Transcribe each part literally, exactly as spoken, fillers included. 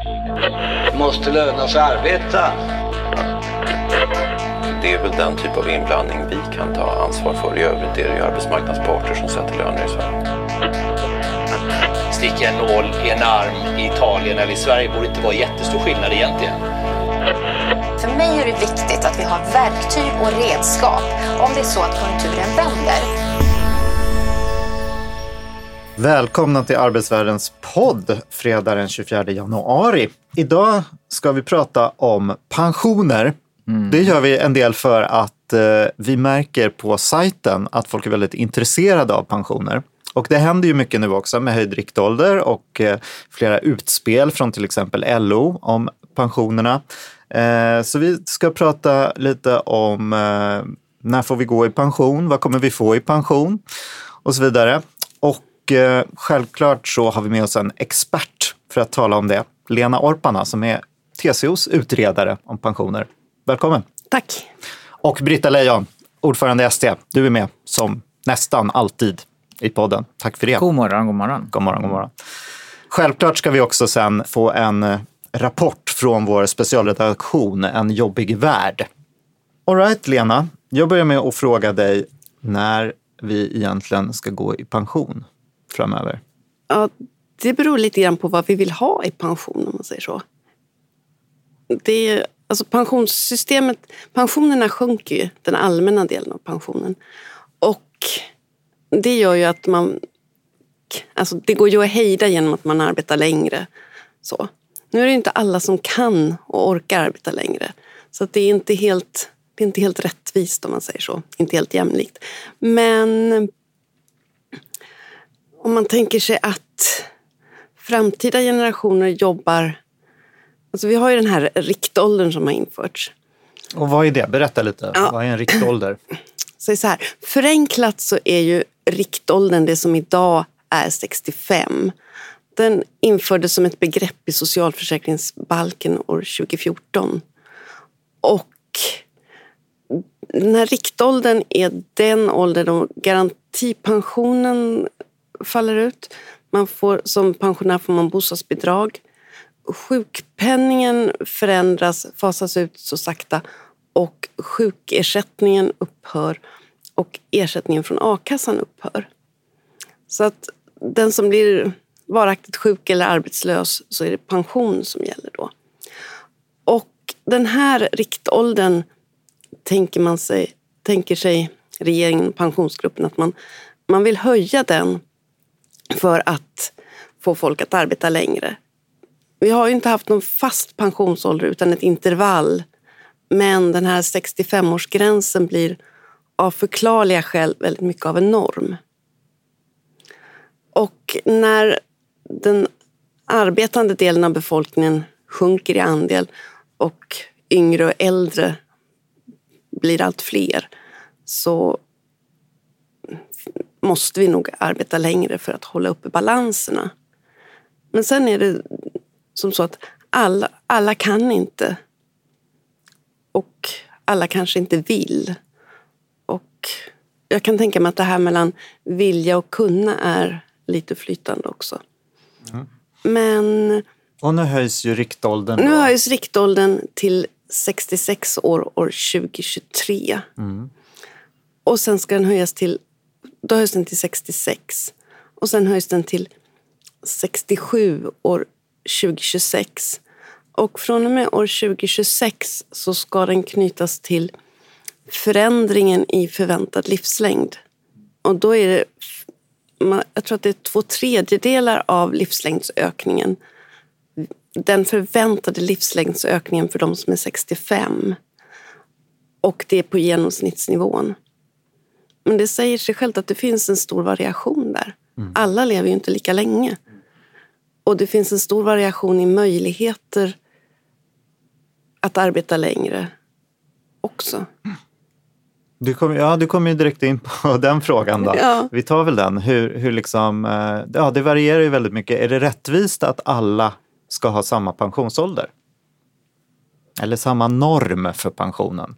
Måste löna sig arbeta. Det är väl den typ av inblandning vi kan ta ansvar för. I övrigt är det ju arbetsmarknadsparter som sätter löner i Sverige. Sticka en nål i en arm i Italien eller i Sverige borde inte vara jättestor skillnad egentligen. För mig är det viktigt att vi har verktyg och redskap om det är så att konjunkturen vänder. Välkomna till Arbetsvärldens podd fredag den tjugofjärde januari. Idag ska vi prata om pensioner. Mm. Det gör vi en del för att eh, vi märker på sajten att folk är väldigt intresserade av pensioner. Och det händer ju mycket nu också med höjd riktålder och eh, flera utspel från till exempel L O om pensionerna. Eh, så vi ska prata lite om eh, när får vi gå i pension, vad kommer vi få i pension och så vidare. Och eh, självklart så har vi med oss en expert för att tala om det. Lena Orpana som är T C O:s utredare om pensioner. Välkommen. Tack. Och Britta Lejon, ordförande i S T. Du är med som nästan alltid i podden. Tack för det. God morgon, god morgon. God morgon, god morgon. Självklart ska vi också sen få en rapport från vår specialredaktion, En jobbig värld. All right, Lena. Jag börjar med att fråga dig när vi egentligen ska gå i pension framöver. Ja, det beror lite grann på vad vi vill ha i pension, om man säger så. Det är, alltså pensionssystemet, pensionerna sjunker ju, den allmänna delen av pensionen. Och det gör ju att man, alltså det går ju att hejda genom att man arbetar längre. Så. Nu är det inte alla som kan och orkar arbeta längre. Så att det är inte helt, det är inte helt rättvist, om man säger så. Inte helt jämlikt. Men om man tänker sig att framtida generationer jobbar. Alltså vi har ju den här riktåldern som har införts. Och vad är det? Berätta lite. Ja. Vad är en riktålder? Så, så här, förenklat så är ju riktåldern det som idag är sextiofem. Den infördes som ett begrepp i socialförsäkringsbalken år tjugohundrafjorton. Och den här riktåldern är den ålder då garantipensionen faller ut. Man får, som pensionär får man bostadsbidrag. Sjukpenningen förändras, fasas ut så sakta och sjukersättningen upphör och ersättningen från a-kassan upphör. Så att den som blir varaktigt sjuk eller arbetslös så är det pension som gäller då. Och den här riktåldern tänker man sig, tänker sig regeringen och pensionsgruppen att man, man vill höja den för att få folk att arbeta längre. Vi har ju inte haft någon fast pensionsålder utan ett intervall. Men den här sextiofemårsgränsen blir av förklarliga skäl väldigt mycket av en norm. Och när den arbetande delen av befolkningen sjunker i andel och yngre och äldre blir allt fler så måste vi nog arbeta längre för att hålla uppe balanserna. Men sen är det som så att alla, alla kan inte och alla kanske inte vill. Och jag kan tänka mig att det här mellan vilja och kunna är lite flytande också. Mm. Men och nu höjs ju riktåldern. Nu höjs riktåldern till sextiosex år år tjugohundratjugotre. Mm. Och sen ska den höjas till, då höjs den till sextiosex. Och sen höjs den till sextiosju år tjugohundratjugosex. Och från och med år tjugohundratjugosex så ska den knytas till förändringen i förväntad livslängd. Och då är det, jag tror att det är två tredjedelar av livslängdsökningen. Den förväntade livslängdsökningen för de som är sextiofem. Och det är på genomsnittsnivån. Men det säger sig självt att det finns en stor variation där. Mm. Alla lever ju inte lika länge. Och det finns en stor variation i möjligheter att arbeta längre också. Du kom, ja, du kommer ju direkt in på den frågan då. Ja. Vi tar väl den. Hur, hur liksom, ja, det varierar ju väldigt mycket. Är det rättvist att alla ska ha samma pensionsålder? Eller samma norm för pensionen?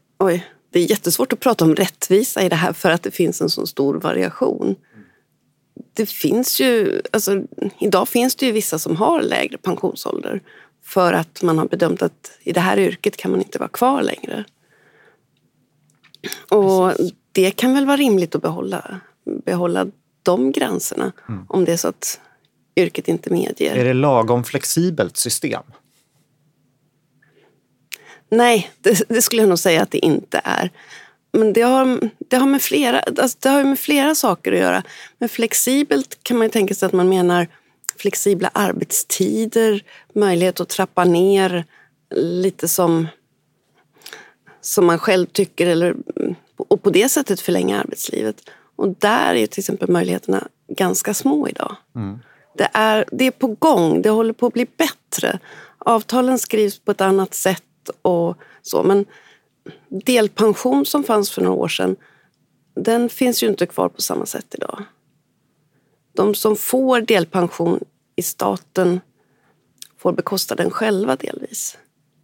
Oj, det är jättesvårt att prata om rättvisa i det här för att det finns en så stor variation. det finns ju, alltså, idag finns det ju vissa som har lägre pensionsålder för att man har bedömt att i det här yrket kan man inte vara kvar längre. Och Precis. Det kan väl vara rimligt att behålla, behålla de gränserna mm. om det är så att yrket inte medger. Är det lagom flexibelt system? Nej, det, det skulle jag nog säga att det inte är. Men det har, det har, med, flera, alltså det har med flera saker att göra. Men flexibelt kan man ju tänka sig att man menar flexibla arbetstider, möjlighet att trappa ner lite som, som man själv tycker eller, och på det sättet förlänga arbetslivet. Och där är till exempel möjligheterna ganska små idag. Mm. Det, är, det är på gång, det håller på att bli bättre. Avtalen skrivs på ett annat sätt och så, men delpension som fanns för några år sedan, den finns ju inte kvar på samma sätt idag. De som får delpension i staten får bekosta den själva delvis.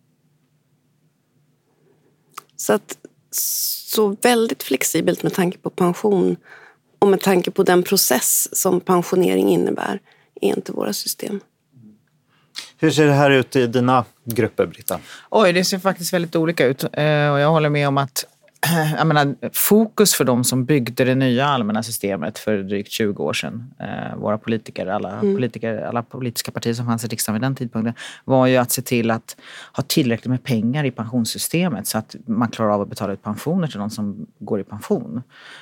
Så att så väldigt flexibelt med tanke på pension och med tanke på den process som pensionering innebär är inte våra system. Hur ser det här ut i dina grupper, Britta? Oj, det ser faktiskt väldigt olika ut. Och jag håller med om att jag menar, fokus för de som byggde det nya allmänna systemet för drygt tjugo år sedan, våra politiker, alla, mm. politiker, alla politiska partier som fanns i riksdagen vid den tidpunkten, var ju att se till att ha tillräckligt med pengar i pensionssystemet så att man klarar av att betala ut pensioner till de som går i pension.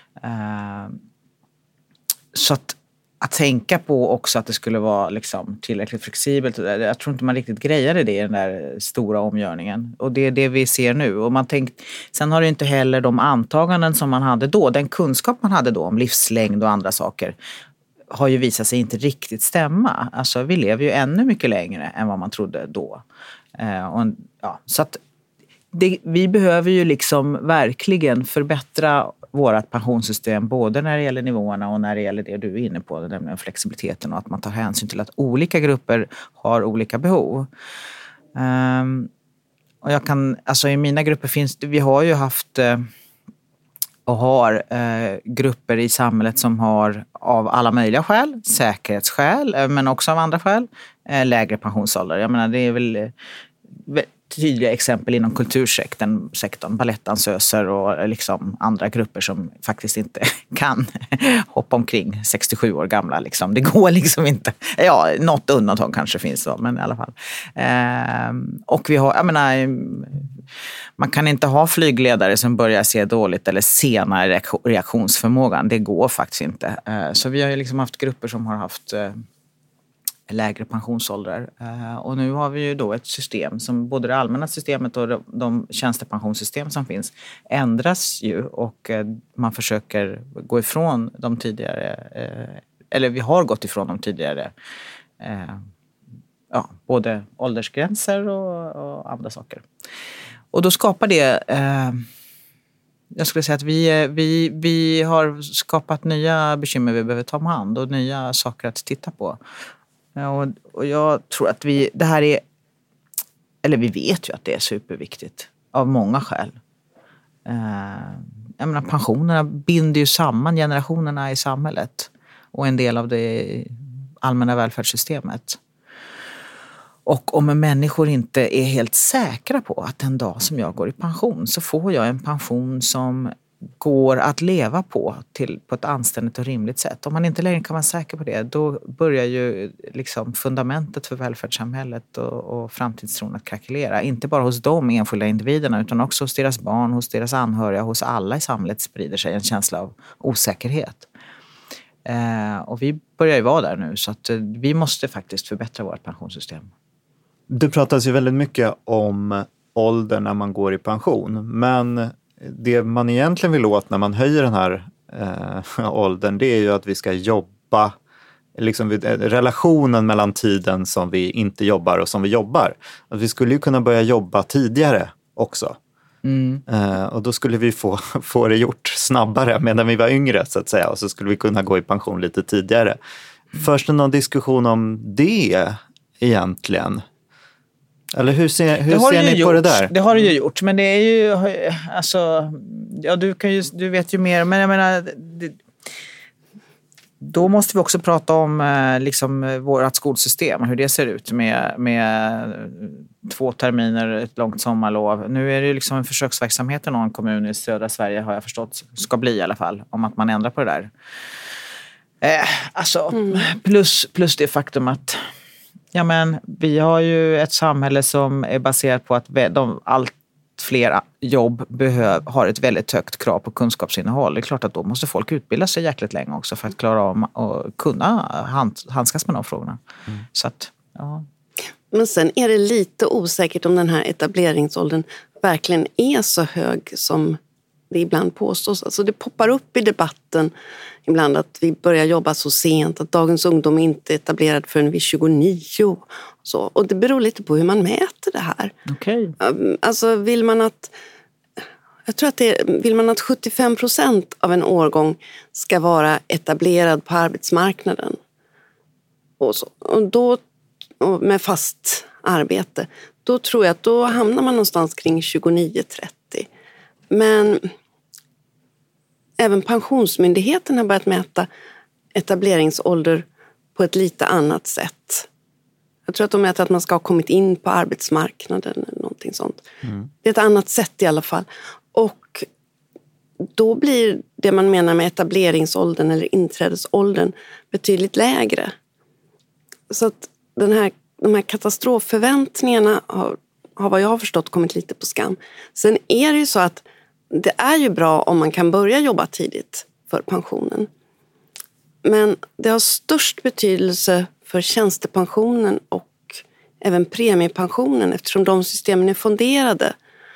Så att Att tänka på också att det skulle vara liksom tillräckligt flexibelt. Jag tror inte man riktigt grejade det i den där stora omgörningen. Och det är det vi ser nu. Och man tänkt, sen har det inte heller de antaganden som man hade då. Den kunskap man hade då om livslängd och andra saker har ju visat sig inte riktigt stämma. Alltså vi lever ju ännu mycket längre än vad man trodde då. Eh, och, ja, så att det, vi behöver ju liksom verkligen förbättra vårt pensionssystem både när det gäller nivåerna och när det gäller det du är inne på, nämligen flexibiliteten och att man tar hänsyn till att olika grupper har olika behov. Um, och jag kan, alltså i mina grupper finns det, vi har ju haft uh, och har uh, grupper i samhället som har av alla möjliga skäl, säkerhetsskäl uh, men också av andra skäl, uh, lägre pensionsålder. Jag menar det är väl uh, tydliga exempel inom kultursektorn, sektorn, balettdansöser och liksom andra grupper som faktiskt inte kan hoppa omkring sextiosju år gamla. Liksom. Det går liksom inte. Ja, något undantag kanske finns då, men i alla fall. Ehm, och vi har, jag menar, man kan inte ha flygledare som börjar se dåligt eller sena reaktionsförmågan. Det går faktiskt inte. Ehm, så vi har ju liksom haft grupper som har haft lägre pensionsåldrar. Och nu har vi ju då ett system som både det allmänna systemet och de tjänstepensionssystem som finns ändras ju och man försöker gå ifrån de tidigare, eller vi har gått ifrån de tidigare, ja, både åldersgränser och, och andra saker. Och då skapar det, jag skulle säga att vi, vi, vi har skapat nya bekymmer vi behöver ta om hand och nya saker att titta på. Och, och jag tror att vi, det här är, eller vi vet ju att det är superviktigt av många skäl. Eh, jag menar, pensionerna binder ju samman generationerna i samhället och en del av det allmänna välfärdssystemet. Och om människor inte är helt säkra på att en dag som jag går i pension så får jag en pension som går att leva på till, på ett anständigt och rimligt sätt. Om man inte längre kan vara säker på det, då börjar ju liksom fundamentet för välfärdssamhället och, och framtidstron att krackelera. Inte bara hos de enskilda individerna utan också hos deras barn, hos deras anhöriga, hos alla i samhället sprider sig en känsla av osäkerhet. Eh, och vi börjar ju vara där nu så att eh, vi måste faktiskt förbättra vårt pensionssystem. Det pratas ju väldigt mycket om ålder när man går i pension, men det man egentligen vill åt när man höjer den här eh, åldern, det är ju att vi ska jobba, liksom relationen mellan tiden som vi inte jobbar och som vi jobbar. Att vi skulle ju kunna börja jobba tidigare också. Mm. Eh, och då skulle vi få, få det gjort snabbare medan vi var yngre så att säga. Och så skulle vi kunna gå i pension lite tidigare. Mm. Först någon diskussion om det egentligen? Eller hur ser, hur ser ni gjort. på det där? Det har du ju gjort, men det är ju alltså, ja du kan ju, du vet ju mer, men jag menar det, Då måste vi också prata om eh, liksom, vårt skolsystem, hur det ser ut med, med två terminer, ett långt sommarlov. Nu är det liksom en försöksverksamhet i någon kommun i södra Sverige, har jag förstått, ska bli i alla fall, om att man ändrar på det där. Eh, alltså, mm. plus, plus det faktum att ja, men, vi har ju ett samhälle som är baserat på att de, allt fler jobb behöv, har ett väldigt högt krav på kunskapsinnehåll. Det är klart att då måste folk utbilda sig jäkligt länge också för att klara av och kunna hand, handskas med de frågorna. Mm. Så att, ja. Men sen är det lite osäkert om den här etableringsåldern verkligen är så hög som det ibland påstås. Alltså det poppar upp i debatten ibland att vi börjar jobba så sent, att dagens ungdom inte är etablerad förrän vid tjugonio. Så. Och det beror lite på hur man mäter det här. Okay. Alltså vill man att jag tror att det är, vill man att sjuttiofem procent av en årgång ska vara etablerad på arbetsmarknaden och, så, och då och med fast arbete, då tror jag att då hamnar man någonstans kring tjugonio trettio. Men även Pensionsmyndigheten har börjat mäta etableringsålder på ett lite annat sätt. Jag tror att de mäter att man ska ha kommit in på arbetsmarknaden eller någonting sånt. Mm. Det är ett annat sätt i alla fall. Och då blir det man menar med etableringsåldern eller inträdesåldern betydligt lägre. Så att den här, de här katastrofförväntningarna har, har vad jag har förstått kommit lite på skam. Sen är det ju så att det är ju bra om man kan börja jobba tidigt för pensionen. Men det har störst betydelse för tjänstepensionen och även premiepensionen eftersom de systemen är fonderade.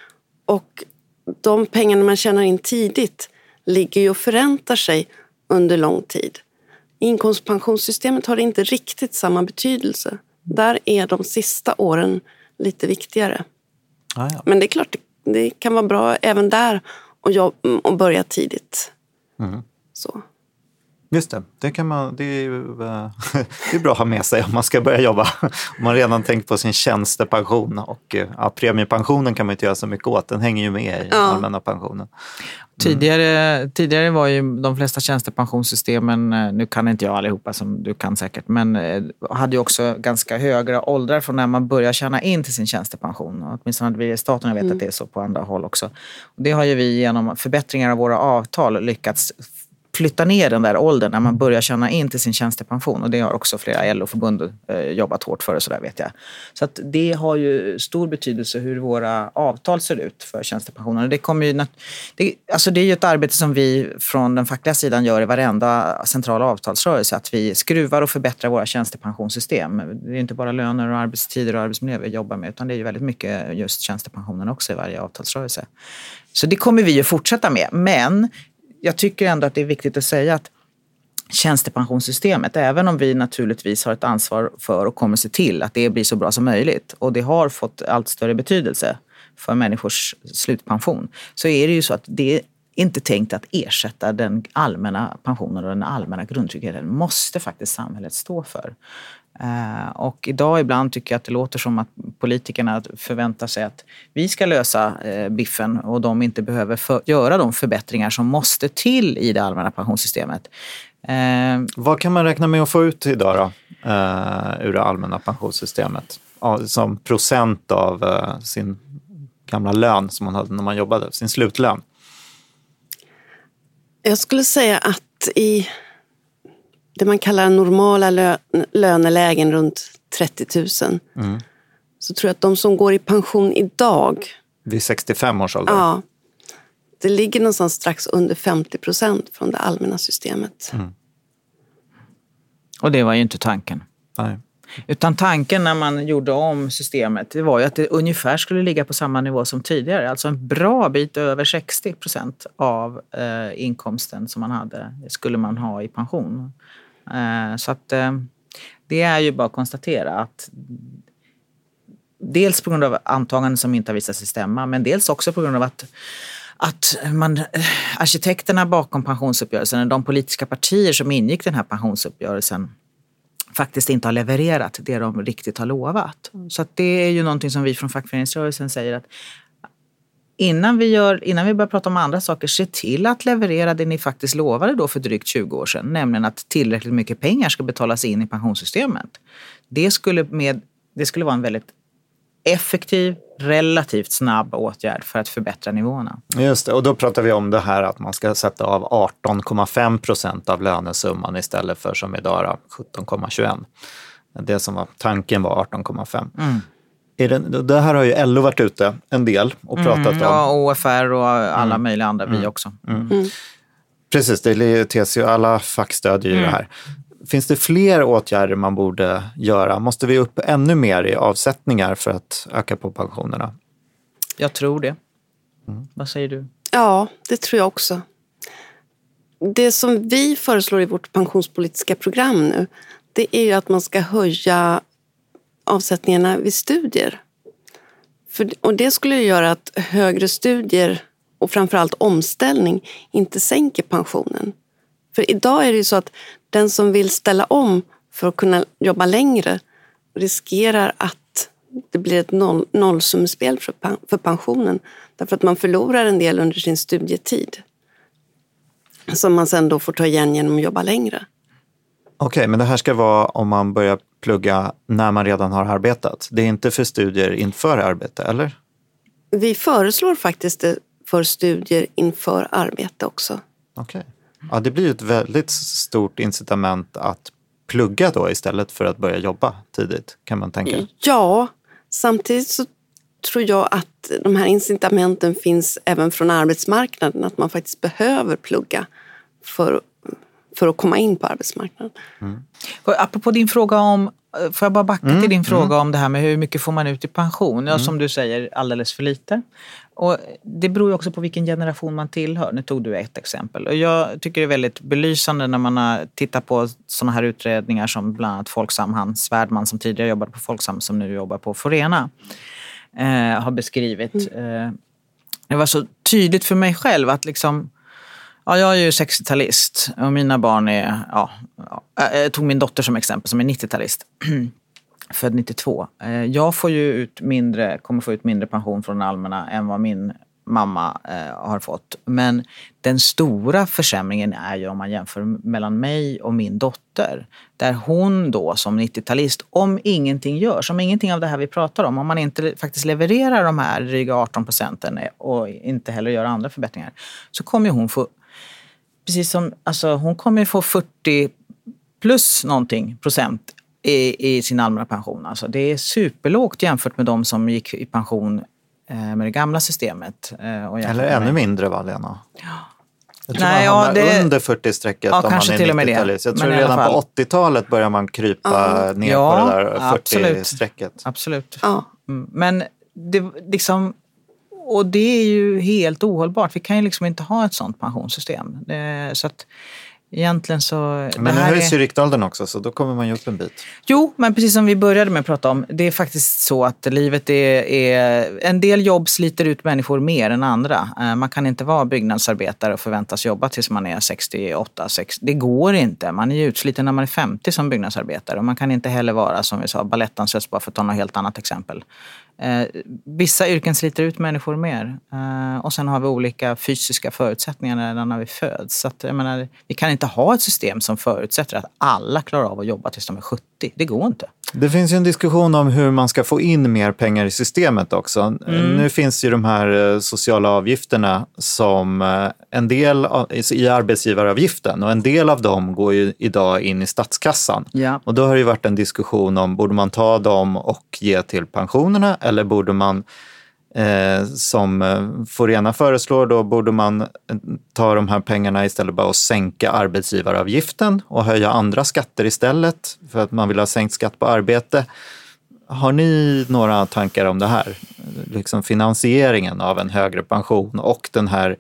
Och de pengarna man tjänar in tidigt ligger ju och förräntar sig under lång tid. I inkomstpensionssystemet har det inte riktigt samma betydelse. Där är de sista åren lite viktigare. Ah, ja. Men det är klart, det, det kan vara bra även där och, jobb, och börja tidigt. Mm. Så. Just det, det, kan man, det, är ju, det är bra att ha med sig om man ska börja jobba. Om man redan tänkt på sin tjänstepension och ja, premiepensionen kan man inte göra så mycket åt. Den hänger ju med i ja. allmänna pensionen. Mm. Tidigare, tidigare var ju de flesta tjänstepensionssystemen, nu kan inte jag allihopa som du kan säkert, men hade ju också ganska högre åldrar från när man börjar tjäna in till sin tjänstepension. Och åtminstone hade vi i staten, jag vet mm. att det är så på andra håll också. Och det har ju vi genom förbättringar av våra avtal lyckats flytta ner den där åldern när man börjar tjäna in till sin tjänstepension. Och det har också flera L O-förbund eh, jobbat hårt för och sådär vet jag. Så att det har ju stor betydelse hur våra avtal ser ut för tjänstepensionen. Det, kommer ju nat- det, alltså det är ju ett arbete som vi från den fackliga sidan gör i varenda centrala avtalsrörelse. Att vi skruvar och förbättrar våra tjänstepensionssystem. Det är inte bara löner och arbetstider och arbetsmiljö vi jobbar med, utan det är ju väldigt mycket just tjänstepensionen också i varje avtalsrörelse. Så det kommer vi ju fortsätta med. Men jag tycker ändå att det är viktigt att säga att tjänstepensionssystemet, även om vi naturligtvis har ett ansvar för och kommer se till att det blir så bra som möjligt och det har fått allt större betydelse för människors slutpension, så är det ju så att det är inte tänkt att ersätta den allmänna pensionen och den allmänna grundtryggheten. Måste faktiskt samhället stå för. Uh, och idag ibland tycker jag att det låter som att politikerna förväntar sig att vi ska lösa uh, biffen och de inte behöver för- göra de förbättringar som måste till i det allmänna pensionssystemet. Uh, Vad kan man räkna med att få ut idag då, uh, ur det allmänna pensionssystemet? Uh, som procent av uh, sin gamla lön som man hade när man jobbade, sin slutlön? Jag skulle säga att i det man kallar normala lö- lönelägen runt trettio tusen. Mm. Så tror jag att de som går i pension idag. Vid sextiofem års ålder? Ja. Det ligger någonstans strax under femtio procent från det allmänna systemet. Mm. Och det var ju inte tanken. Nej. Utan tanken när man gjorde om systemet, det var ju att det ungefär skulle ligga på samma nivå som tidigare. Alltså en bra bit över sextio procent av eh, inkomsten som man hade skulle man ha i pension. Eh, så att eh, det är ju bara att konstatera att dels på grund av antaganden som inte har visat sig stämma, men dels också på grund av att att man, arkitekterna bakom pensionsuppgörelsen, de politiska partier som ingick den här pensionsuppgörelsen, faktiskt inte har levererat det de riktigt har lovat. Så att det är ju någonting som vi från fackföreningsrörelsen säger att innan vi, gör, innan vi börjar prata om andra saker, se till att leverera det ni faktiskt lovade då för drygt tjugo år sedan. Nämligen att tillräckligt mycket pengar ska betalas in i pensionssystemet. Det skulle, med, det skulle vara en väldigt effektiv, relativt snabb åtgärd för att förbättra nivåerna. Just det, och då pratar vi om det här att man ska sätta av arton komma fem procent av lönesumman istället för som idag sjutton komma tjugoett. Det som var tanken var arton komma fem. Mm. Är det, det här har ju L O varit ute en del och pratat mm, ja, om. O F R och alla mm. möjliga andra, vi mm. också. Mm. Mm. Precis, det är T C O, alla fack stödjer ju mm. det här. Finns det fler åtgärder man borde göra? Måste vi upp ännu mer i avsättningar för att öka på pensionerna? Jag tror det. Mm. Vad säger du? Ja, det tror jag också. Det som vi föreslår i vårt pensionspolitiska program nu, det är ju att man ska höja avsättningarna vid studier. För, och det skulle göra att högre studier och framförallt omställning inte sänker pensionen. För idag är det ju så att den som vill ställa om för att kunna jobba längre riskerar att det blir ett noll, nollsummespel för, för pensionen. Därför att man förlorar en del under sin studietid. Som man sen då får ta igen genom att jobba längre. Okej, okay, men det här ska vara om man börjar plugga när man redan har arbetat. Det är inte för studier inför arbete, eller? Vi föreslår faktiskt det för studier inför arbete också. Okej. Okay. Ja, det blir ju ett väldigt stort incitament att plugga då istället för att börja jobba tidigt, kan man tänka. Ja, samtidigt så tror jag att de här incitamenten finns även från arbetsmarknaden. Att man faktiskt behöver plugga för, för att komma in på arbetsmarknaden. Mm. Apropå din fråga om, får jag bara backa mm, till din fråga mm. om det här med hur mycket får man ut i pension? Ja, mm. som du säger, alldeles för lite. Och det beror ju också på vilken generation man tillhör. Nu tog du ett exempel. Och jag tycker det är väldigt belysande när man har tittat på sådana här utredningar som bland annat Folksam, han Svärdman som tidigare jobbade på Folksam som nu jobbar på Forena eh, har beskrivit. Mm. Eh, det var så tydligt för mig själv att liksom, ja, jag är ju sextiotalist och mina barn är, ja, ja, jag tog min dotter som exempel som är nittiotalist. Född nittiotvå. Jag får ju ut mindre, kommer få ut mindre pension från den allmänna än vad min mamma eh, har fått. Men den stora försämringen är ju om man jämför mellan mig och min dotter. Där hon då som nittiotalist, om ingenting görs, om ingenting av det här vi pratar om, om man inte faktiskt levererar de här dryga arton procenten och inte heller gör andra förbättringar, så kommer hon få, precis som, alltså hon kommer få fyrtio plus någonting procent I, i sin allmänna pension. Alltså det är superlågt jämfört med de som gick i pension eh, med det gamla systemet. Eh, och Eller ännu mindre, va, Lena? Ja. Jag tror Nej, man hamnar ja, det... under fyrtio-strecket ja, om man är nittiotalist. Jag tror men redan på åttiotalet börjar man krypa ja. ner ja, på det där fyrtio-strecket. Absolut. Ja. Mm. Men det liksom, och det är ju helt ohållbart. Vi kan ju liksom inte ha ett sånt pensionssystem. Det, så att egentligen så... Men nu höjs ju riktåldern också, så då kommer man ju upp en bit. Jo, men precis som vi började med att prata om, det är faktiskt så att livet är, är... En del jobb sliter ut människor mer än andra. Man kan inte vara byggnadsarbetare och förväntas jobba tills man är sextioåtta, sextio. Det går inte. Man är ju utsliten när man är femtio som byggnadsarbetare. Och man kan inte heller vara, som vi sa, balettdansös, bara för att ta något helt annat exempel. Eh, vissa yrken sliter ut människor mer eh, och sen har vi olika fysiska förutsättningar när vi föds. Så att, jag menar, vi kan inte ha ett system som förutsätter att alla klarar av att jobba tills de är sjuttio. Det går inte. Det finns ju en diskussion om hur man ska få in mer pengar i systemet också. Mm. Nu finns ju de här sociala avgifterna som en del i arbetsgivaravgiften, och en del av dem går ju idag in i statskassan. Ja. Och då har det ju varit en diskussion om, borde man ta dem och ge till pensionerna, eller borde man, eh, som Forena föreslår, då borde man ta de här pengarna istället bara och sänka arbetsgivaravgiften och höja andra skatter istället för att man vill ha sänkt skatt på arbete. Har ni några tankar om det här? Liksom finansieringen av en högre pension och den här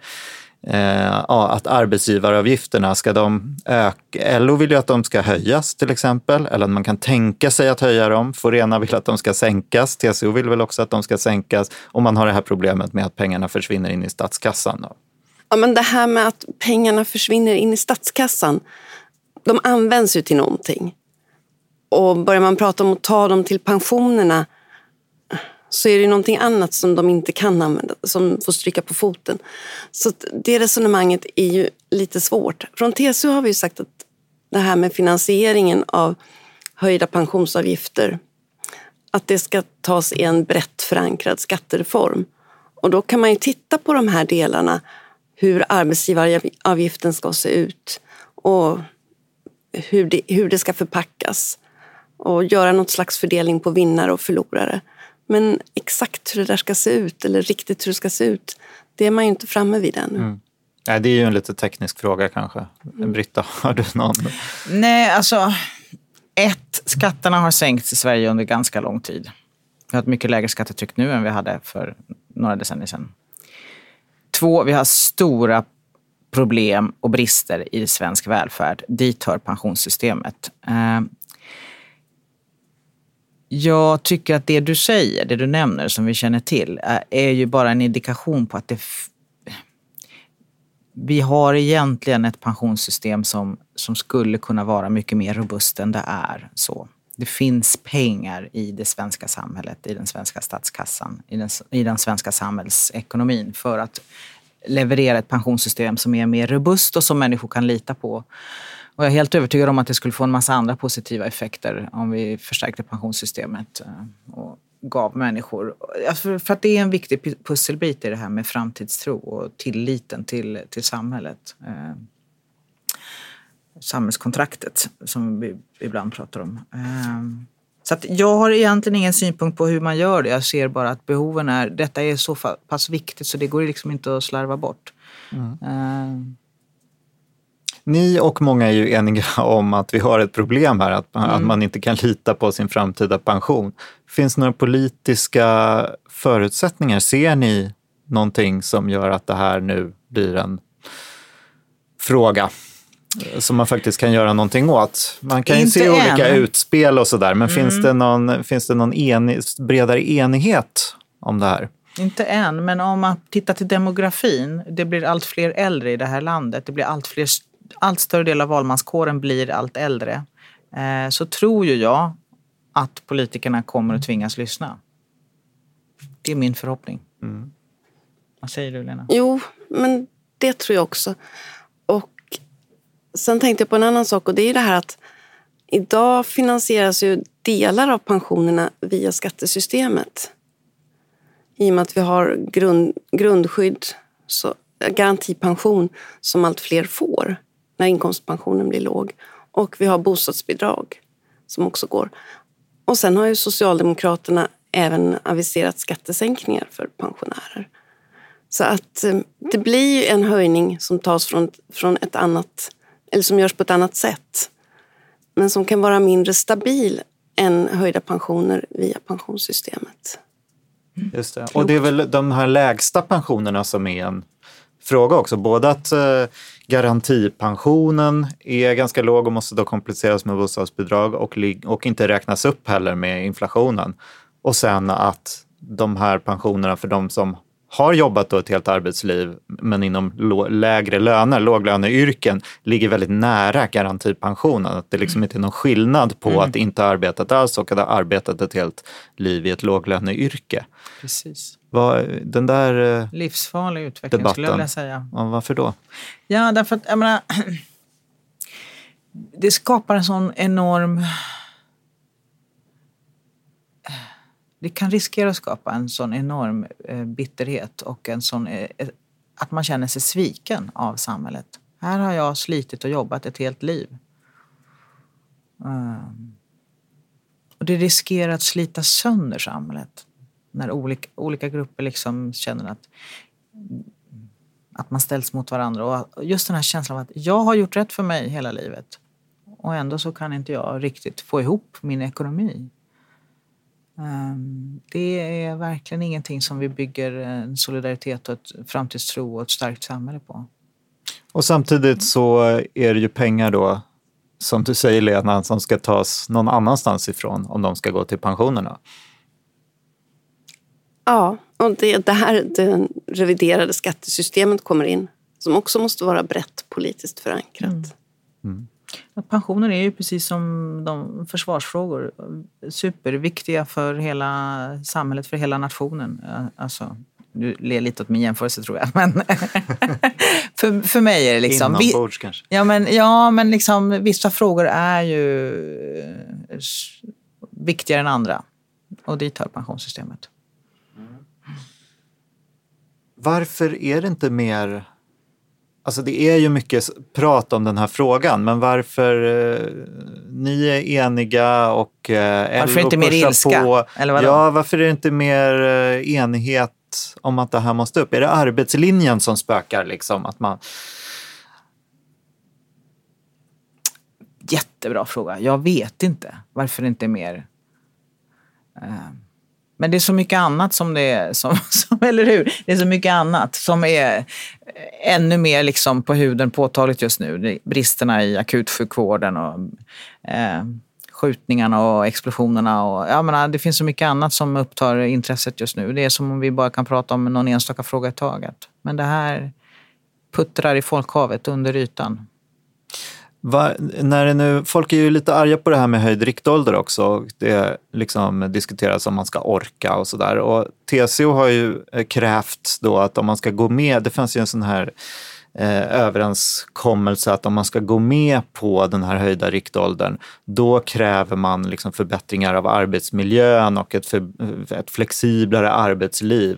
Eh, ja, att arbetsgivaravgifterna ska de öka. L O vill ju att de ska höjas till exempel, eller att man kan tänka sig att höja dem. Forena vill att de ska sänkas. T C O vill väl också att de ska sänkas, om man har det här problemet med att pengarna försvinner in i statskassan då. Ja, men det här med att pengarna försvinner in i statskassan, de används ju till någonting. Och börjar man prata om att ta dem till pensionerna, så är det någonting annat som de inte kan använda, som får stryka på foten. Så det resonemanget är ju lite svårt. Från T C O har vi ju sagt att det här med finansieringen av höjda pensionsavgifter, att det ska tas i en brett förankrad skattereform. Och då kan man ju titta på de här delarna, hur arbetsgivaravgiften ska se ut och hur det, hur det ska förpackas och göra något slags fördelning på vinnare och förlorare. Men exakt hur det där ska se ut eller riktigt hur det ska se ut, det är man ju inte framme vid ännu. Mm. Nej, det är ju en lite teknisk fråga kanske. Mm. Britta, har du någon? Nej, alltså ett, skatterna har sänkts i Sverige under ganska lång tid. Vi har ett mycket lägre skattetryck nu än vi hade för några decennier sedan. Två, vi har stora problem och brister i svensk välfärd. Dit hör pensionssystemet. Jag tycker att det du säger, det du nämner som vi känner till, är ju bara en indikation på att det f- vi har egentligen ett pensionssystem som, som skulle kunna vara mycket mer robust än det är. Så. Det finns pengar i det svenska samhället, i den svenska statskassan, i den, i den svenska samhällsekonomin för att leverera ett pensionssystem som är mer robust och som människor kan lita på. Och jag är helt övertygad om att det skulle få en massa andra positiva effekter om vi förstärkte pensionssystemet och gav människor. För att det är en viktig pusselbit i det här med framtidstro och tilliten till, till samhället. Eh, samhällskontraktet som vi ibland pratar om. Eh, så att jag har egentligen ingen synpunkt på hur man gör det. Jag ser bara att behoven är, detta är så pass viktigt så det går liksom inte att slarva bort. Mm. Eh, Ni och många är ju eniga om att vi har ett problem här, att, mm. att man inte kan lita på sin framtida pension. Finns det några politiska förutsättningar? Ser ni någonting som gör att det här nu blir en fråga som man faktiskt kan göra någonting åt? Man kan ju se olika än. utspel och sådär, men mm. finns det någon, finns det någon enig, bredare enighet om det här? Inte än, men om man tittar till demografin, det blir allt fler äldre i det här landet, det blir allt fler allt större del av valmanskåren blir allt äldre, eh, så tror ju jag att politikerna kommer att tvingas lyssna. Det är min förhoppning. Mm. Vad säger du, Lena? Jo, men det tror jag också. Och sen tänkte jag på en annan sak, och det är det här att idag finansieras ju delar av pensionerna via skattesystemet. I och med att vi har grund, grundskydd, så garantipension som allt fler får när inkomstpensionen blir låg. Och vi har bostadsbidrag som också går. Och sen har ju Socialdemokraterna även aviserat skattesänkningar för pensionärer. Så att det blir ju en höjning som tas från, från ett annat, eller som görs på ett annat sätt. Men som kan vara mindre stabil än höjda pensioner via pensionssystemet. Just det. Och det är väl de här lägsta pensionerna som är en fråga också. Både att eh, garantipensionen är ganska låg och måste då kompliceras med bostadsbidrag och, och inte räknas upp heller med inflationen. Och sen att de här pensionerna för de som har jobbat då ett helt arbetsliv men inom lo- lägre löner, låglöneyrken, ligger väldigt nära garantipensionen. Att det liksom inte är någon skillnad på mm. att inte ha arbetat alls och att ha arbetat ett helt liv i ett låglöneyrke. Precis. Vad, den där livsfarlig utveckling debatten, skulle jag vilja säga. Ja, varför då? Ja, därför att jag menar, det skapar en sån enorm... Det kan riskera att skapa en sån enorm eh, bitterhet och en sån, eh, att man känner sig sviken av samhället. Här har jag slitit och jobbat ett helt liv. Um, och det riskerar att slita sönder samhället. När olika, olika grupper liksom känner att, att man ställs mot varandra. Och just den här känslan av att jag har gjort rätt för mig hela livet. Och ändå så kan inte jag riktigt få ihop min ekonomi. Det är verkligen ingenting som vi bygger en solidaritet och ett framtidstro och ett starkt samhälle på. Och samtidigt så är det ju pengar då, som du säger Lena, som ska tas någon annanstans ifrån om de ska gå till pensionerna. Ja, och det är där det reviderade skattesystemet kommer in, som också måste vara brett politiskt förankrat. Mm. Mm. Pensioner är ju precis som de försvarsfrågor superviktiga för hela samhället, för hela nationen. Alltså, du ler lite åt min jämförelse tror jag, men för, för mig är det liksom... Inombords kanske. Ja, men, ja, men liksom vissa frågor är ju viktigare än andra. Och dit hör pensionssystemet. Varför är det inte mer... Alltså det är ju mycket prat om den här frågan, men varför eh, ni är eniga och eh, varför inte mer ilska? På, eller vadå? Ja, varför är det inte mer eh, enighet om att det här måste upp? Är det arbetslinjen som spökar liksom? Att man... Jättebra fråga. Jag vet inte varför det inte är mer... Uh... Men det är så mycket annat som det är, som, som, eller hur? Det är så mycket annat som är ännu mer liksom på huden påtagligt just nu. Bristerna i akutsjukvården och eh, skjutningarna och explosionerna. Och, jag menar, det finns så mycket annat som upptar intresset just nu. Det är som om vi bara kan prata om någon enstaka fråga i taget. Men det här puttrar i folkhavet under ytan. Va, när det nu, folk är ju lite arga på det här med höjd riktålder också. Det liksom diskuteras om man ska orka och sådär. Och T C O har ju krävt då att om man ska gå med, det fanns ju en sån här eh, överenskommelse att om man ska gå med på den här höjda riktåldern, då kräver man liksom förbättringar av arbetsmiljön och ett, för, ett flexiblare arbetsliv.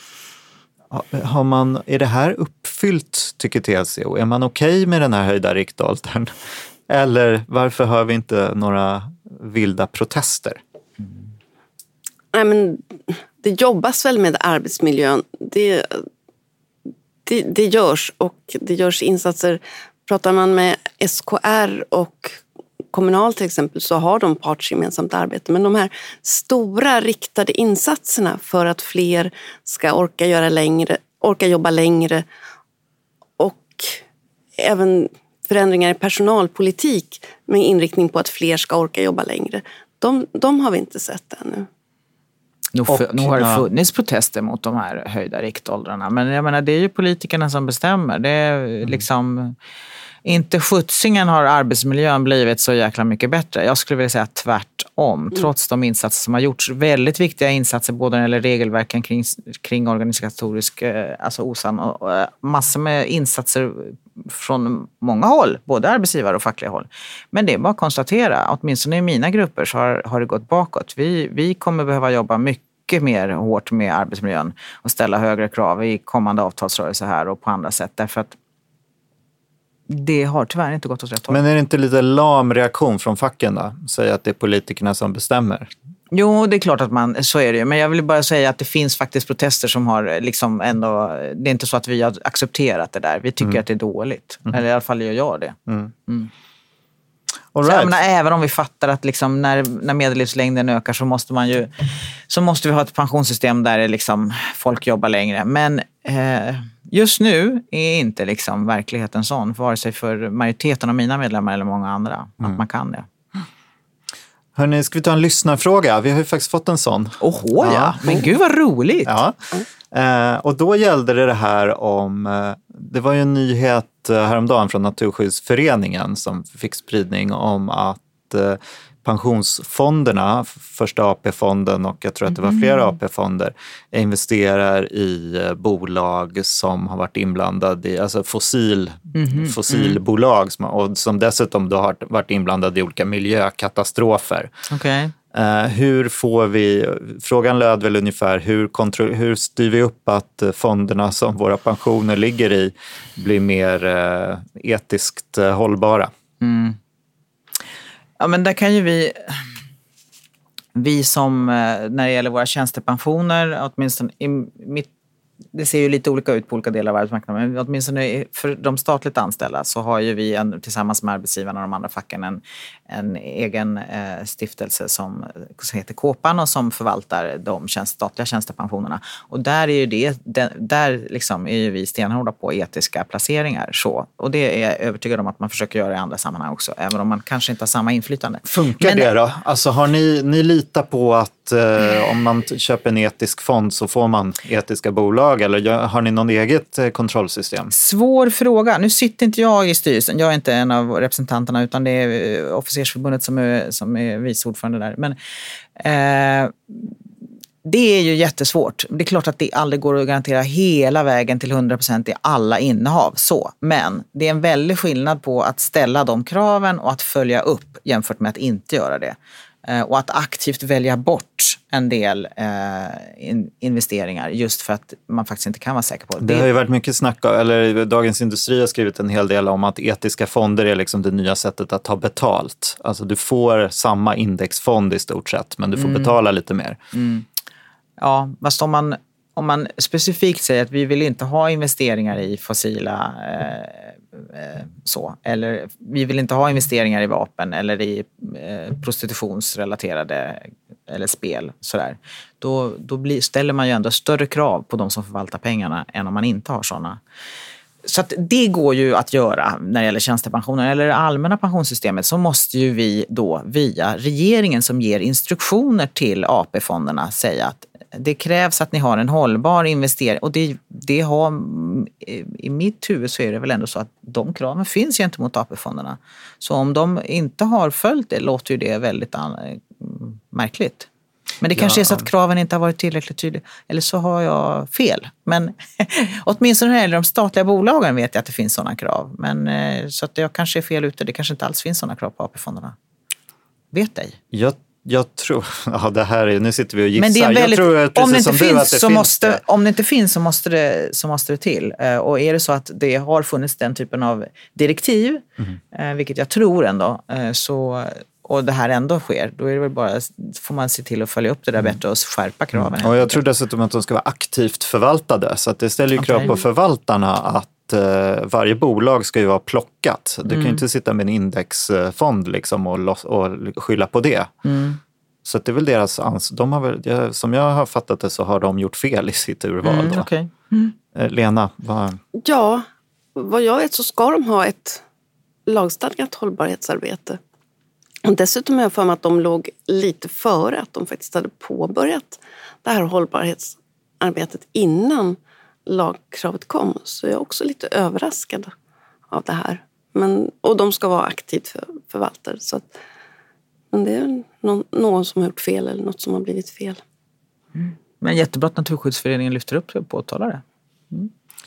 Har man, är det här uppfyllt, tycker T C O? Är man okej okay med den här höjda riktåldern? Eller varför hör vi inte några vilda protester? Mm. Nej, men det jobbas väl med arbetsmiljön. Det, det, det görs och det görs insatser. Pratar man med S K R och Kommunal till exempel så har de partsgemensamt arbete. Men de här stora riktade insatserna för att fler ska orka göra längre, orka jobba längre och även förändringar i personalpolitik med inriktning på att fler ska orka jobba längre. De, de har vi inte sett ännu. Nu, för, nu har det funnits protester mot de här höjda riktåldrarna. Men jag menar, det är ju politikerna som bestämmer. Det är mm. liksom... Inte skjutsingen har arbetsmiljön blivit så jäkla mycket bättre. Jag skulle vilja säga tvärtom. Mm. Trots de insatser som har gjorts. Väldigt viktiga insatser både när det gäller regelverken kring, kring organisatorisk alltså osann och, och massor med insatser från många håll. Både arbetsgivare och fackliga håll. Men det är bara att konstatera. Åtminstone i mina grupper så har, har det gått bakåt. Vi, vi kommer behöva jobba mycket mer hårt med arbetsmiljön och ställa högre krav i kommande avtalsrörelser här och på andra sätt. Därför att det har tyvärr inte gått åt rätt håll. Men är det inte lite lam reaktion från facken då? Säga att det är politikerna som bestämmer? Jo, det är klart att man, så är det ju. Men jag vill bara säga att det finns faktiskt protester som har liksom ändå, det är inte så att vi har accepterat det där. Vi tycker mm. att det är dåligt. Mm. Eller i alla fall gör jag det. Mm. Mm. All right. Så jag menar, även om vi fattar att liksom när, när medellivslängden ökar så måste man ju, så måste vi ha ett pensionssystem där liksom folk jobbar längre. Men eh, just nu är inte liksom verkligheten sån, vare sig för majoriteten av mina medlemmar eller många andra, mm. att man kan det. Hörrni, ska vi ta en lyssnarfråga? Vi har ju faktiskt fått en sån. Åhå, ja. ja. Men gud vad roligt. Ja. Eh, och då gällde det det här om, eh, det var ju en nyhet häromdagen från Naturskyddsföreningen som fick spridning om att eh, pensionsfonderna, första A P-fonden och jag tror att det var flera A P-fonder, investerar i eh, bolag som har varit inblandade i, alltså fossil, mm-hmm. fossilbolag som, och som dessutom då har varit inblandade i olika miljökatastrofer. Okej. Uh, hur får vi, frågan löd väl ungefär, hur, kontro- hur styr vi upp att fonderna som våra pensioner ligger i blir mer uh, etiskt uh, hållbara? Mm. Ja, men där kan ju vi, vi som när det gäller våra tjänstepensioner, åtminstone i mitt, det ser ju lite olika ut på olika delar av arbetsmarknaden, men åtminstone för de statligt anställda så har ju vi en, tillsammans med arbetsgivarna och de andra facken en, en egen eh, stiftelse som, som heter Kåpan och som förvaltar de tjänst, statliga tjänstepensionerna. Och där är ju det, där liksom är ju vi stenhårda på etiska placeringar. Så. Och det är jag övertygad om att man försöker göra i andra sammanhang också, även om man kanske inte har samma inflytande. Funkar Men, det då? Alltså har ni, ni litar på att eh, om man köper en etisk fond så får man etiska bolag, eller har ni någon eget eh, kontrollsystem? Svår fråga. Nu sitter inte jag i styrelsen. Jag är inte en av representanterna, utan det är Officersförbundet som är, som är vice ordförande där. Men eh, det är ju jättesvårt. Det är klart att det aldrig går att garantera hela vägen till hundra procent i alla innehav. Så. Men det är en väldig skillnad på att ställa de kraven och att följa upp jämfört med att inte göra det. Och att aktivt välja bort en del eh, in, investeringar just för att man faktiskt inte kan vara säker på det. Det har ju varit mycket snack, eller Dagens Industri har skrivit en hel del om att etiska fonder är liksom det nya sättet att ta betalt. Alltså du får samma indexfond i stort sett, men du får mm. betala lite mer. Mm. Ja, fast om man, om man specifikt säger att vi vill inte ha investeringar i fossila eh, så, eller vi vill inte ha investeringar i vapen eller i eh, prostitutionsrelaterade eller spel sådär, då, då blir, ställer man ju ändå större krav på de som förvaltar pengarna än om man inte har sådana. Så att det går ju att göra när det gäller tjänstepensioner eller det allmänna pensionssystemet, så måste ju vi då via regeringen som ger instruktioner till A P-fonderna säga att det krävs att ni har en hållbar investering, och det, det har, i mitt huvud så är det väl ändå så att de kraven finns gentemot A P-fonderna. Så om de inte har följt det låter ju det väldigt an- märkligt. Men det kanske ja. är så att kraven inte har varit tillräckligt tydliga, eller så har jag fel. Men åtminstone när det gäller de statliga bolagen vet jag att det finns sådana krav. Men så att jag kanske är fel ute, det kanske inte alls finns sådana krav på A P-fonderna. Vet ej. Jag Jag tror, ja det här är, nu sitter vi och gissar. Men det är väldigt, jag tror att, om det inte som finns, du, att det så finns måste, det. om det inte finns så måste det, så måste det till. Och är det så att det har funnits den typen av direktiv, mm. vilket jag tror ändå, så, och det här ändå sker, då är det väl bara, får man se till att följa upp det där mm. bättre och skärpa kraven. Mm. Och jag tror dessutom att de ska vara aktivt förvaltade, så att det ställer ju okay. krav på förvaltarna att varje bolag ska ju vara plockat. Du mm. kan ju inte sitta med en indexfond liksom och, och skylla på det. Mm. Så att det är väl deras ansvar. De har väl, som jag har fattat det så har de gjort fel i sitt urval. Mm, okay. mm. Lena, vad... Ja, vad jag vet så ska de ha ett lagstadgat hållbarhetsarbete. Och dessutom har jag för mig att de låg lite före, att de faktiskt hade påbörjat det här hållbarhetsarbetet innan lagkravet kom, så jag är också lite överraskad av det här. Men, och de ska vara aktivt för, förvaltare. Så att, men det är någon, någon som har gjort fel eller något som har blivit fel. Mm. Men jättebra att Naturskyddsföreningen lyfter upp det och påtalar det. Mm.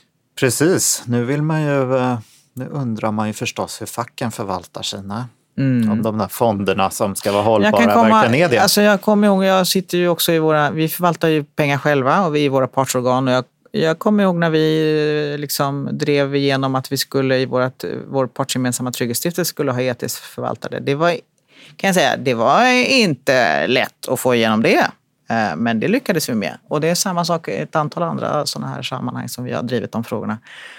Precis, nu vill man ju, nu undrar man ju förstås hur facken förvaltar sina. Mm. Om de där fonderna som ska vara hållbara, jag komma, verkligen är det. Alltså jag kommer ihåg, jag sitter ju också i våra, vi förvaltar ju pengar själva och vi är våra partsorgan, och jag Jag kommer ihåg när vi liksom drev igenom att vi skulle i vårt, vår partsgemensamma trygghetsstiftelse skulle ha etiskt förvaltare. Det var, kan jag säga, det var inte lätt att få igenom det. Men det lyckades vi med. Och det är samma sak i ett antal andra sådana här sammanhang som vi har drivit de frågorna.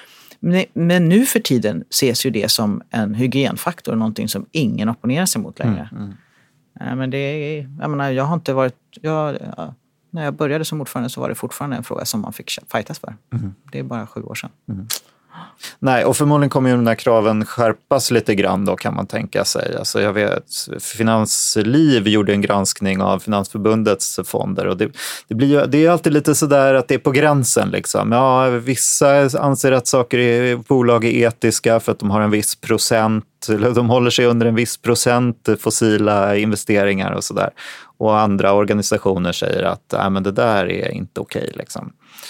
Men nu för tiden ses ju det som en hygienfaktor, någonting som ingen opponerar sig mot längre. Mm, mm. Men det är, jag menar, jag har inte varit... Jag, När jag började som ordförande så var det fortfarande en fråga som man fick fightas för. Mm. Det är bara sju år sedan. Mm. Nej, och förmodligen kommer ju de där kraven skärpas lite grann då, kan man tänka sig. Alltså jag vet, Finansliv gjorde en granskning av Finansförbundets fonder, och det, det blir ju, det är alltid lite sådär att det är på gränsen liksom. Ja, vissa anser att saker i bolag är etiska för att de har en viss procent, eller de håller sig under en viss procent fossila investeringar och sådär. Och andra organisationer säger att äh, men det där är inte okej liksom.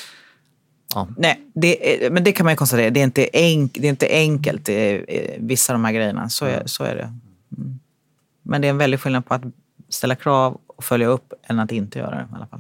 Ja. Nej, det, men det kan man ju konstatera. Det är inte, enk, det är inte enkelt, det är, vissa av de här grejerna. Så är, så är det. Mm. Men det är en väldig skillnad på att ställa krav och följa upp än att inte göra det i alla fall.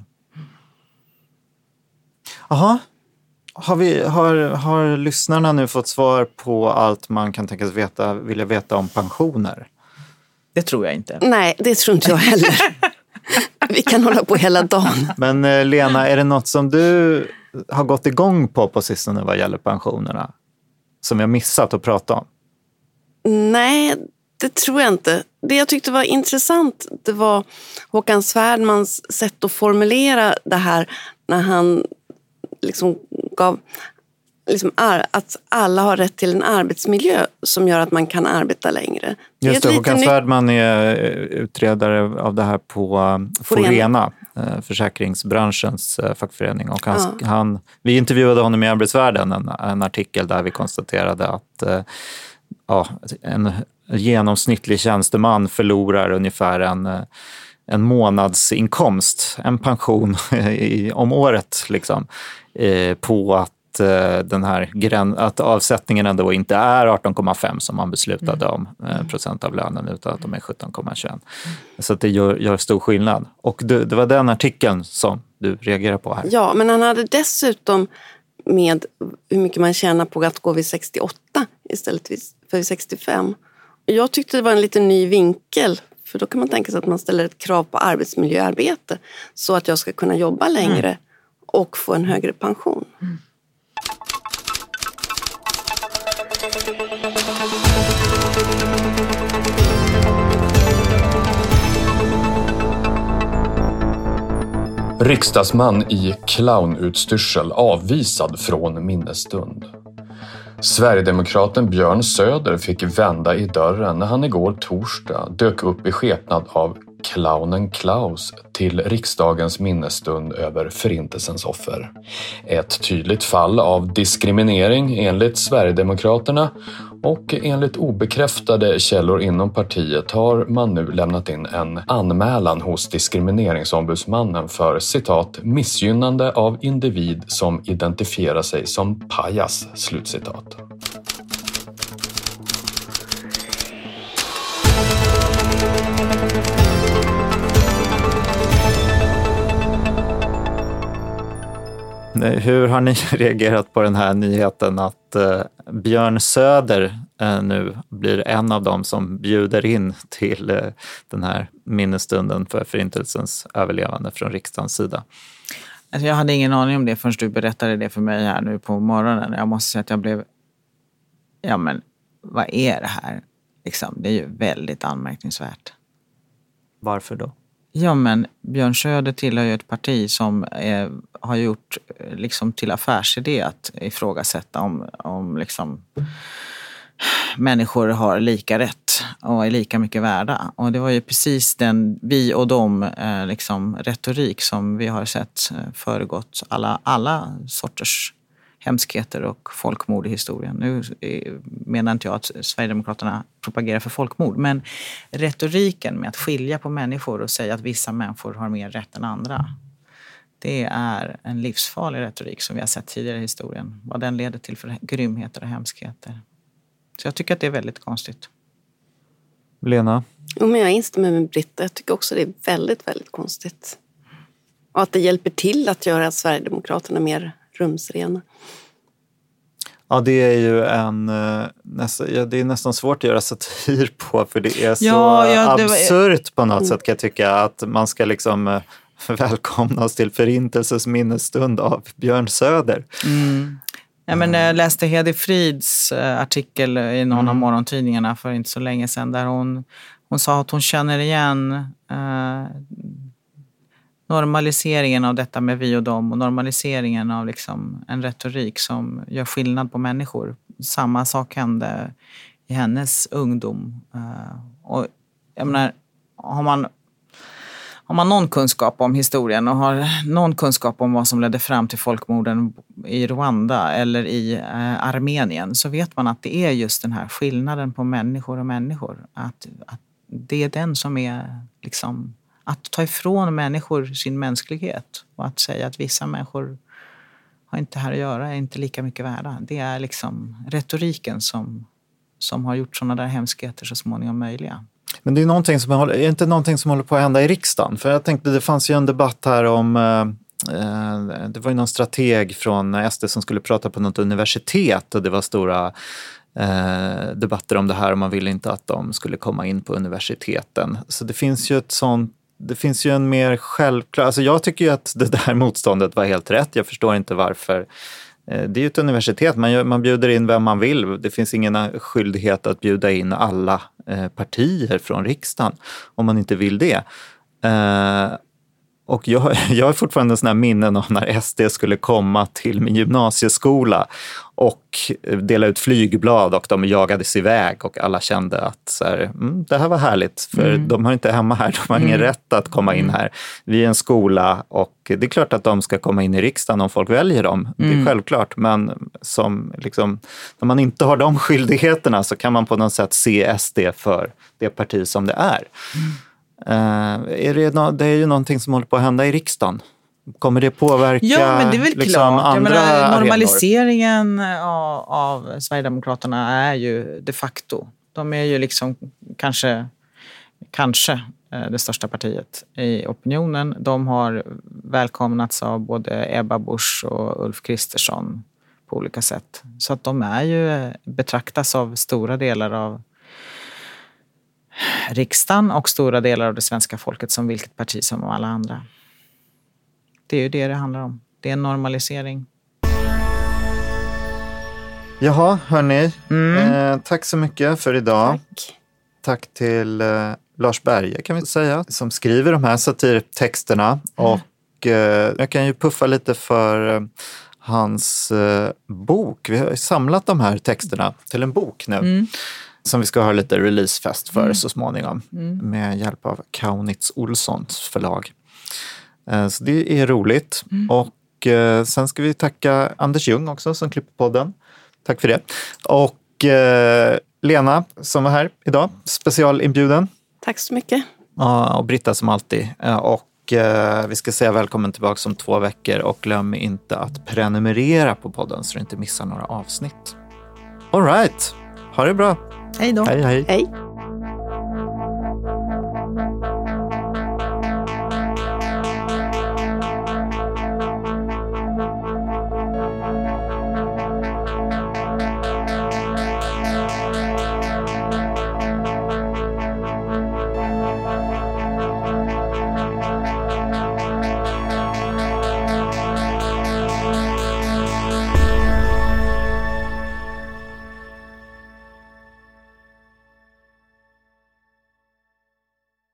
Jaha. Har, vi, har, har lyssnarna nu fått svar på allt man kan tänkas veta, vilja veta om pensioner? Det tror jag inte. Nej, det tror inte jag heller. Vi kan hålla på hela dagen. Men Lena, är det något som du har gått igång på på sistone vad gäller pensionerna? Som jag missat att prata om? Nej, Det tror jag inte. Det jag tyckte var intressant, det var Håkan Svärdmans sätt att formulera det här när han liksom gav liksom att alla har rätt till en arbetsmiljö som gör att man kan arbeta längre. Det Just det, Håkan Svärdman är utredare av det här på Forena, Forena försäkringsbranschens fackförening. Och han, ja. han, vi intervjuade honom i Arbetsvärlden, en, en artikel där vi konstaterade att ja, en genomsnittlig tjänsteman förlorar ungefär en, en månadsinkomst, en pension i, om året liksom, eh, på att den här gräns, att avsättningen ändå inte är arton komma fem som man beslutade om eh, procent av lönen, utan att de är sjutton komma tjugoett. Mm. Så att det gör, gör stor skillnad. Och det, det var den artikeln som du reagerar på här. Ja, men han hade dessutom med hur mycket man tjänar på att gå vid sextioåtta istället för vid sextiofem. Jag tyckte det var en lite ny vinkel, för då kan man tänka sig att man ställer ett krav på arbetsmiljöarbete så att jag ska kunna jobba längre mm. och få en högre pension. Mm. Riksdagsman i clownutstyrsel avvisad från minnesstund. Sverigedemokraten Björn Söder fick vända i dörren när han igår torsdag dök upp i skepnad av clownen Klaus till riksdagens minnesstund över förintelsens offer. Ett tydligt fall av diskriminering enligt Sverigedemokraterna, och enligt obekräftade källor inom partiet har man nu lämnat in en anmälan hos diskrimineringsombudsmannen för citat missgynnande av individ som identifierar sig som pajas, slutcitat. Hur har ni reagerat på den här nyheten att eh, Björn Söder eh, nu blir en av dem som bjuder in till eh, den här minnesstunden för förintelsens överlevande från riksdagens sida? Alltså jag hade ingen aning om det förrän du berättade det för mig här nu på morgonen. Jag måste säga att jag blev, ja men vad är det här? Liksom, det är ju väldigt anmärkningsvärt. Varför då? Ja, men Björn Söder tillhör ju ett parti som eh, har gjort liksom till affärsidé att ifrågasätta om, om liksom människor har lika rätt och är lika mycket värda. Och det var ju precis den vi och dem eh, liksom retorik som vi har sett eh, föregått alla, alla sorters hemskheter och folkmord i historien. Nu menar inte jag att Sverigedemokraterna propagerar för folkmord, men retoriken med att skilja på människor och säga att vissa människor har mer rätt än andra, det är en livsfarlig retorik som vi har sett tidigare i historien. Vad den leder till för grymheter och hemskheter. Så jag tycker att det är väldigt konstigt. Lena? Jo, men jag instämmer med Britta. Jag tycker också det är väldigt, väldigt konstigt. Och att det hjälper till att göra Sverigedemokraterna mer rumsrena. Ja, det är ju en nästan, ja, det är nästan svårt att göra satir på, för det är så ja, ja, absurt på något mm. sätt kan jag tycka, att man ska liksom välkomnas till förintelsens minnesstund av Björn Söder. Mm. Ja, men jag läste Hedi Frids artikel i någon mm. av morgontidningarna för inte så länge sedan, där hon, hon sa att hon känner igen eh, normaliseringen av detta med vi och dem, och normaliseringen av liksom en retorik som gör skillnad på människor. Samma sak hände i hennes ungdom. Och jag menar, har man, har man någon kunskap om historien och har någon kunskap om vad som ledde fram till folkmorden i Rwanda eller i eh, Armenien, så vet man att det är just den här skillnaden på människor och människor. Att, att det är den som är liksom att ta ifrån människor sin mänsklighet och att säga att vissa människor har inte här att göra, är inte lika mycket värda. Det är liksom retoriken som, som har gjort sådana där hemskheter så småningom möjliga. Men det är, någonting som håller, är inte någonting som håller på att hända i riksdagen. För jag tänkte, det fanns ju en debatt här om, eh, det var ju någon strateg från S D som skulle prata på något universitet, och det var stora eh, debatter om det här, och man ville inte att de skulle komma in på universiteten. Så det finns ju ett sånt Det finns ju en mer självklar... Alltså jag tycker ju att det där motståndet var helt rätt. Jag förstår inte varför det är ju ett universitet, man, man bjuder in vem man vill. Det finns ingen skyldighet att bjuda in alla eh, partier från riksdagen om man inte vill det. Eh, och jag, jag har fortfarande en sån här minnen om när S D skulle komma till min gymnasieskola och dela ut flygblad och de jagades iväg och alla kände att så här, mm, det här var härligt för mm. de har inte hemma här, de har ingen mm. rätt att komma in här. Vi är en skola och det är klart att de ska komma in i riksdagen om folk väljer dem, mm. det är självklart, men som liksom, när man inte har de skyldigheterna så kan man på något sätt se S D för det parti som det är. Mm. Uh, är det, no- det är ju någonting som håller på att hända i riksdagen. Kommer det påverka ja, men det är väl liksom, klart. andra Jag menar, normaliseringen arenor? av, av Sverigedemokraterna är ju de facto. De är ju liksom kanske, kanske det största partiet i opinionen. De har välkomnats av både Ebba Busch och Ulf Kristersson på olika sätt. Så att de är ju betraktas av stora delar av riksdagen och stora delar av det svenska folket som vilket parti som alla andra. Det är ju det det handlar om. Det är en normalisering. Jaha, hörni. Mm. Eh, tack så mycket för idag. Tack. Tack till eh, Lars Berge kan vi säga, som skriver de här satirtexterna. Mm. Och eh, jag kan ju puffa lite för eh, hans eh, bok. Vi har samlat de här texterna till en bok nu. Mm. Som vi ska ha lite releasefest för mm. så småningom. Mm. Med hjälp av Kaunitz Olssons förlag. Så det är roligt. Mm. Och eh, sen ska vi tacka Anders Ljung också som klipper podden. Tack för det. Och eh, Lena som var här idag, specialinbjuden. Tack så mycket. Ja, och Britta som alltid. Och eh, vi ska säga välkommen tillbaka om två veckor. Och glöm inte att prenumerera på podden så du inte missar några avsnitt. All right. Ha det bra. Hej då. Hej, hej. Hej.